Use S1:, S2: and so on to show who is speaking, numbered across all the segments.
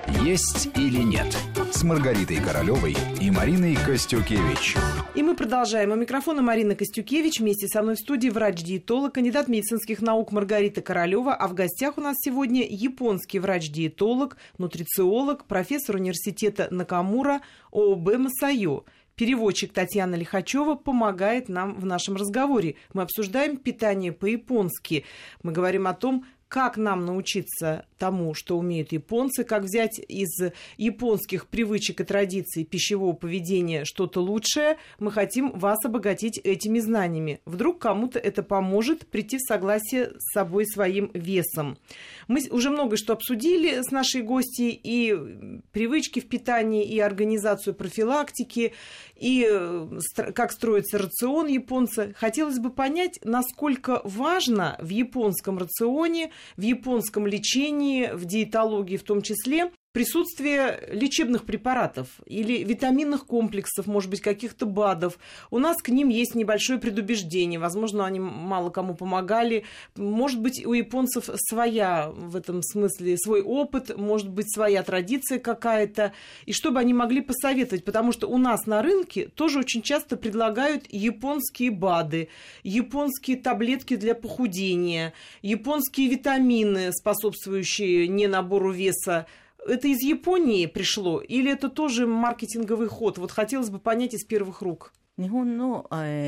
S1: «Есть или нет» с Маргаритой Королевой и Мариной Костюкевич.
S2: И мы продолжаем. У микрофона Марина Костюкевич. Вместе со мной в студии врач-диетолог, кандидат медицинских наук Маргарита Королева. А в гостях у нас сегодня японский врач-диетолог, нутрициолог, профессор университета Накамура ООБ «Масайо». Переводчик Татьяна Лихачева помогает нам в нашем разговоре. Мы обсуждаем питание по-японски. Мы говорим о том, как нам научиться тому, что умеют японцы, как взять из японских привычек и традиций пищевого поведения что-то лучшее. Мы хотим вас обогатить этими знаниями. Вдруг кому-то это поможет прийти в согласие с собой, своим весом. Мы уже много что обсудили с нашей гостьей, и привычки в питании, и организацию профилактики, и как строится рацион японца. Хотелось бы понять, насколько важно в японском рационе, в японском лечении, в диетологии в том числе, присутствие лечебных препаратов или витаминных комплексов, может быть, каких-то БАДов. У нас к ним есть небольшое предубеждение. Возможно, они мало кому помогали. Может быть, у японцев своя в этом смысле, свой опыт, может быть, своя традиция какая-то. И чтобы они могли посоветовать, потому что у нас на рынке тоже очень часто предлагают японские БАДы, японские таблетки для похудения, японские витамины, способствующие не набору веса. Это из Японии пришло или это тоже маркетинговый ход? Вот хотелось бы понять из первых рук.
S3: Что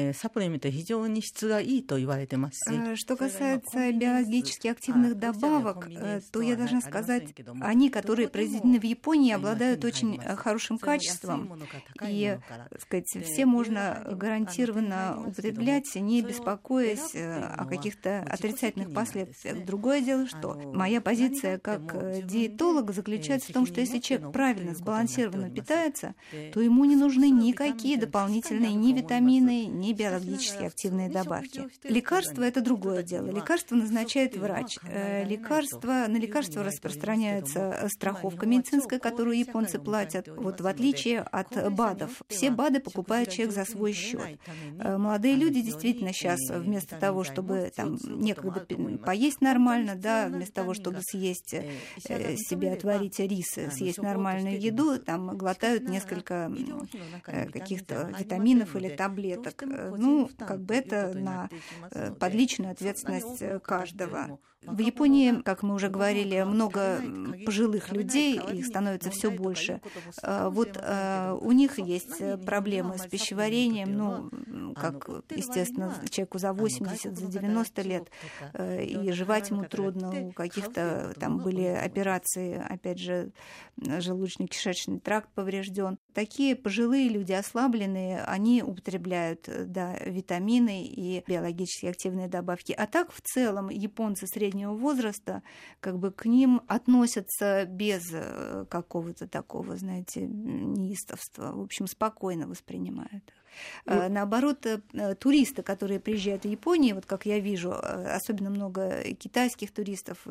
S3: касается биологически активных добавок, то я должна сказать, они, которые произведены в Японии, обладают очень хорошим качеством. И, так сказать, все можно гарантированно употреблять, не беспокоясь о каких-то отрицательных последствиях. Другое дело, что моя позиция как диетолога заключается в том, что если человек правильно, сбалансированно питается, то ему не нужны никакие дополнительные ни витамины, ни биологически активные добавки. Лекарства – это другое дело. Лекарства назначает врач. На лекарства распространяется страховка медицинская, которую японцы платят, вот в отличие от БАДов. Все БАДы покупает человек за свой счет. Молодые люди действительно сейчас вместо того, чтобы там некогда поесть нормально, да, вместо того, чтобы съесть себе, отварить рис, съесть нормальную еду, там глотают несколько каких-то витаминов или таблеток. Ну, как бы это под личную ответственность каждого. В Японии, как мы уже говорили, много пожилых людей, их становится все больше. Вот у них есть проблемы с пищеварением, ну, как, естественно, человеку за 80, за 90 лет, и жевать ему трудно, у каких-то там были операции, опять же, желудочно-кишечный тракт поврежден. Такие пожилые люди, ослабленные, они употребляют, да, витамины и биологически активные добавки. А так, в целом, японцы среднего возраста, как бы к ним относятся без какого-то такого, знаете, неистовства. В общем, спокойно воспринимают их. Наоборот, туристы, которые приезжают в Японию, вот как я вижу, особенно много китайских туристов,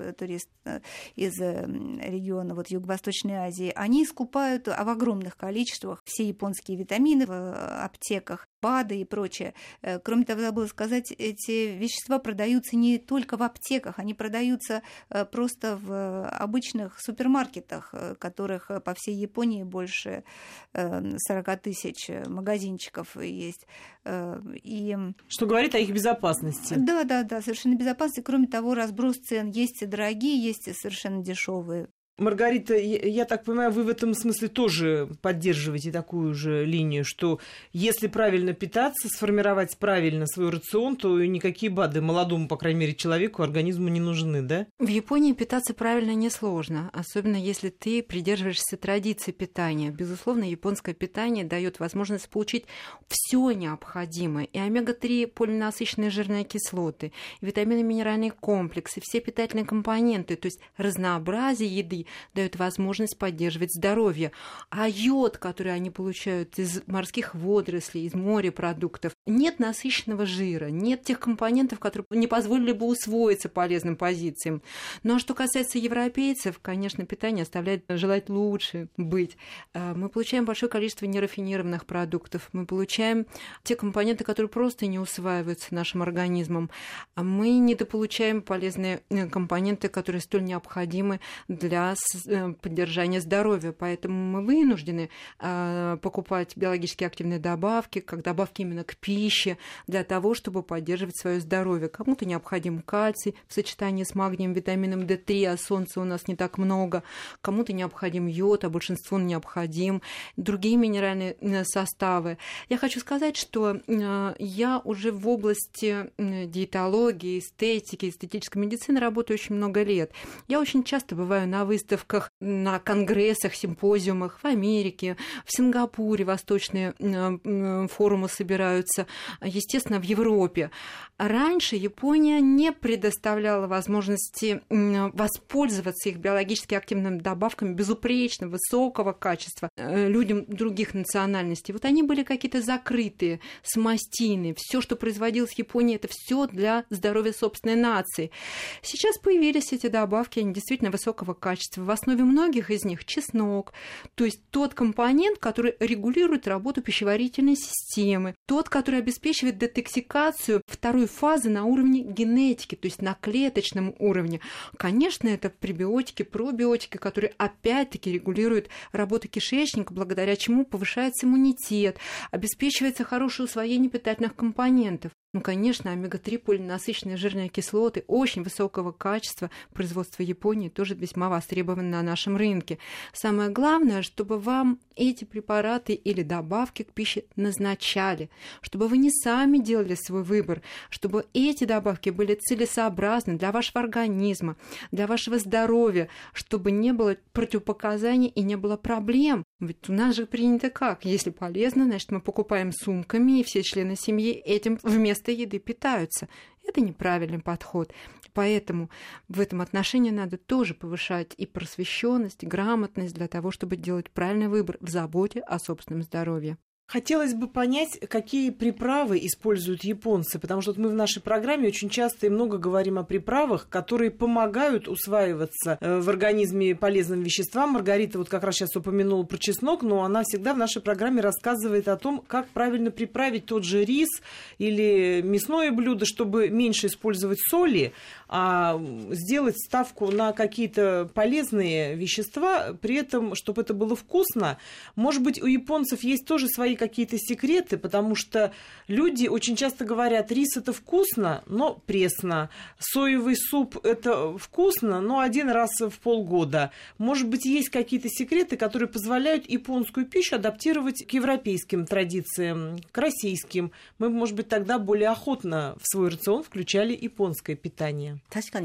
S3: из региона вот, Юго-Восточной Азии, они скупают в огромных количествах все японские витамины в аптеках, БАДы и прочее. Кроме того, забыла сказать, эти вещества продаются не только в аптеках, они продаются просто в обычных супермаркетах, которых по всей Японии больше 40 тысяч магазинчиков есть. И... Что говорит о их безопасности. Да, совершенно безопасности. Кроме того, разброс цен есть и дорогие, есть и совершенно дешевые.
S2: Маргарита, я так понимаю, вы в этом смысле тоже поддерживаете такую же линию, что если правильно питаться, сформировать правильно свой рацион, то никакие БАДы молодому, по крайней мере, человеку, организму не нужны, да?
S4: В Японии питаться правильно несложно, особенно если ты придерживаешься традиции питания. Безусловно, японское питание дает возможность получить все необходимое. И омега-3 полиненасыщенные жирные кислоты, и витамины, минеральные комплексы, все питательные компоненты, то есть разнообразие еды дает возможность поддерживать здоровье. А йод, который они получают из морских водорослей, из морепродуктов, нет насыщенного жира, нет тех компонентов, которые не позволили бы усвоиться полезным позициям. Ну а что касается европейцев, конечно, питание оставляет желать лучше быть. Мы получаем большое количество нерафинированных продуктов, мы получаем те компоненты, которые просто не усваиваются нашим организмом. Мы недополучаем полезные компоненты, которые столь необходимы для поддержания здоровья, поэтому мы вынуждены покупать биологически активные добавки, как добавки именно к пище, для того, чтобы поддерживать свое здоровье. Кому-то необходим кальций в сочетании с магнием, витамином D3, а солнца у нас не так много, кому-то необходим йод, а большинству необходим другие минеральные составы. Я хочу сказать, что я уже в области диетологии, эстетики, эстетической медицины работаю очень много лет. Я очень часто бываю на выставках, на конгрессах, симпозиумах в Америке, в Сингапуре восточные форумы собираются, естественно, в Европе. Раньше Япония не предоставляла возможности воспользоваться их биологически активными добавками безупречно высокого качества людям других национальностей. Вот они были какие-то закрытые, самостийные. Все, что производилось в Японии, это все для здоровья собственной нации. Сейчас появились эти добавки, они действительно высокого качества. В основе многих из них чеснок, то есть тот компонент, который регулирует работу пищеварительной системы, тот, который обеспечивает детоксикацию второй фазы на уровне генетики, то есть на клеточном уровне. Конечно, это пребиотики, пробиотики, которые опять-таки регулируют работу кишечника, благодаря чему повышается иммунитет, обеспечивается хорошее усвоение питательных компонентов. Ну, конечно, омега-3 полиненасыщенные жирные кислоты очень высокого качества, производства Японии тоже весьма востребованы на нашем рынке. Самое главное, чтобы вам эти препараты или добавки к пище назначали, чтобы вы не сами делали свой выбор, чтобы эти добавки были целесообразны для вашего организма, для вашего здоровья, чтобы не было противопоказаний и не было проблем. Ведь у нас же принято как? Если полезно, значит, мы покупаем сумками, и все члены семьи этим вместо еды питаются. Это неправильный подход. Поэтому в этом отношении надо тоже повышать и просвещенность, и грамотность для того, чтобы делать правильный выбор в заботе о собственном здоровье.
S2: Хотелось бы понять, какие приправы используют японцы, потому что мы в нашей программе очень часто и много говорим о приправах, которые помогают усваиваться в организме полезным веществам. Маргарита вот как раз сейчас упомянула про чеснок, но она всегда в нашей программе рассказывает о том, как правильно приправить тот же рис или мясное блюдо, чтобы меньше использовать соли, а сделать ставку на какие-то полезные вещества, при этом, чтобы это было вкусно. Может быть, у японцев есть тоже свои какие-то секреты, потому что люди очень часто говорят, рис это вкусно, но пресно, соевый суп это вкусно, но один раз в полгода. Может быть, есть какие-то секреты, которые позволяют японскую пищу адаптировать к европейским традициям, к российским. Мы, может быть, тогда более охотно в свой рацион включали японское питание.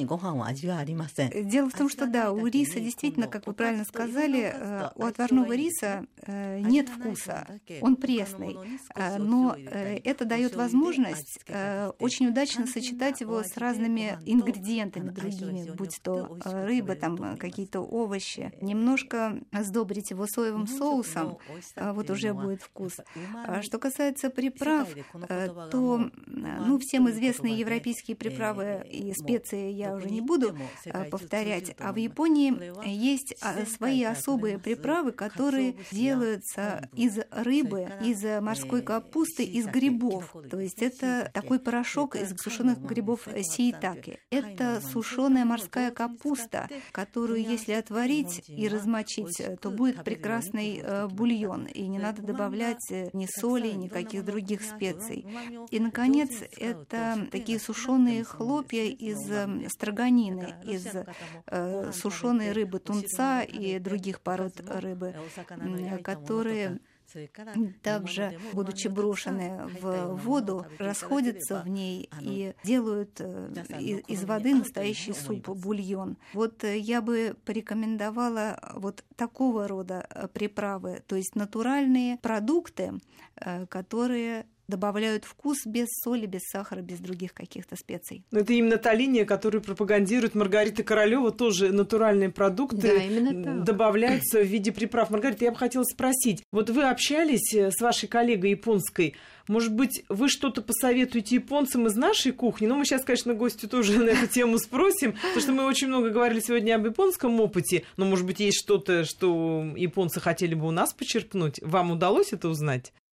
S3: Дело в том, что да, у риса действительно, как вы правильно сказали, у отварного риса нет вкуса. Он пресный, но это дает возможность очень удачно сочетать его с разными ингредиентами другими, будь то рыба, там какие-то овощи. Немножко сдобрить его соевым соусом, вот уже будет вкус. Что касается приправ, то всем известные европейские приправы и специи я уже не буду повторять, а в Японии есть свои особые приправы, которые делаются из рыбы, из морской капусты, из грибов. То есть это такой порошок из сушеных грибов сиитаке. Это сушеная морская капуста, которую, если отварить и размочить, то будет прекрасный бульон. И не надо добавлять ни соли, никаких других специй. И, наконец, это такие сушеные хлопья из строганины, из сушеной рыбы тунца и других пород рыбы, которые также, будучи брошены в воду, расходятся в ней и делают из воды настоящий суп, бульон. Вот я бы порекомендовала вот такого рода приправы, то есть натуральные продукты, которые добавляют вкус без соли, без сахара, без других каких-то специй.
S2: Это именно та линия, которую пропагандирует Маргарита Королёва, тоже натуральные продукты добавляются в виде приправ. Маргарита, я бы хотела спросить, вот вы общались с вашей коллегой японской, может быть, вы что-то посоветуете японцам из нашей кухни? Ну, мы сейчас, конечно, гостю тоже на эту тему спросим, потому что мы очень много говорили сегодня об японском опыте, но, может быть, есть что-то, что японцы хотели бы у нас почерпнуть? Вам удалось это узнать?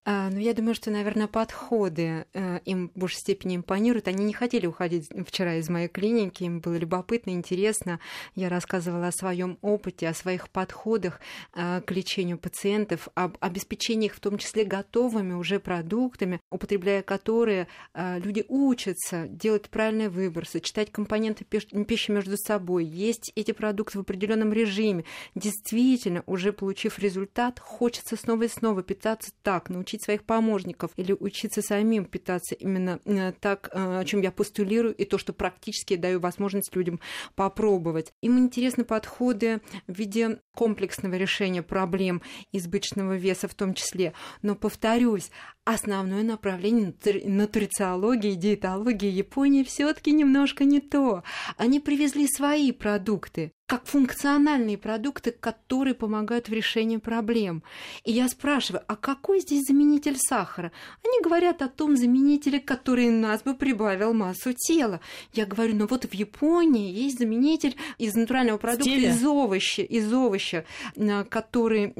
S4: Я думаю, что, наверное, подходы им в большей степени импонируют. Они не хотели уходить вчера из моей клиники, им было любопытно, интересно. Я рассказывала о своем опыте, о своих подходах к лечению пациентов, об обеспечении их в том числе готовыми уже продуктами, употребляя которые люди учатся делать правильный выбор, сочетать компоненты пищи между собой, есть эти продукты в определенном режиме. Действительно, уже получив результат, хочется снова и снова питаться так, научить своих помощников или учиться самим питаться именно так, о чем я постулирую, и то, что практически даю возможность людям попробовать. Им интересны подходы в виде комплексного решения проблем избыточного веса в том числе. Но, повторюсь, основное направление нутрициологии и диетологии Японии все-таки немножко не то. Они привезли свои продукты, как функциональные продукты, которые помогают в решении проблем. И я спрашиваю, а какой здесь заменитель сахара? Они говорят о том заменителе, который нас бы прибавил массу тела. Я говорю, вот в Японии есть заменитель из натурального продукта, из овоща, который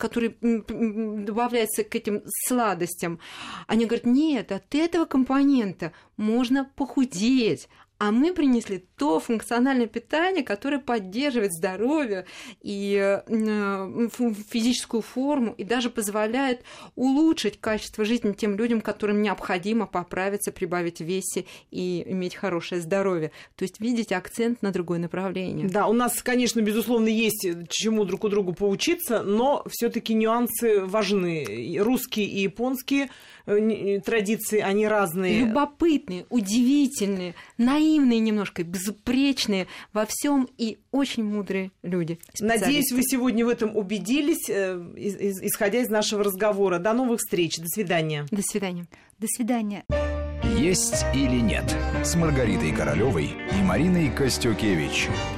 S4: добавляется к этим сладостям. Они говорят, нет, от этого компонента можно похудеть. А мы принесли то функциональное питание, которое поддерживает здоровье и физическую форму, и даже позволяет улучшить качество жизни тем людям, которым необходимо поправиться, прибавить в весе и иметь хорошее здоровье. То есть, видите, акцент на другое направление.
S2: Да, у нас, конечно, безусловно, есть чему друг у друга поучиться, но все-таки нюансы важны. Русские и японские традиции, они разные.
S4: Любопытные, удивительные, наивные немножко, безупречные во всем и очень мудрые люди.
S2: Надеюсь, вы сегодня в этом убедились, исходя из нашего разговора. До новых встреч. До свидания.
S4: До свидания.
S3: До свидания.
S1: «Есть или нет» с Маргаритой Королёвой и Мариной Костюкевич.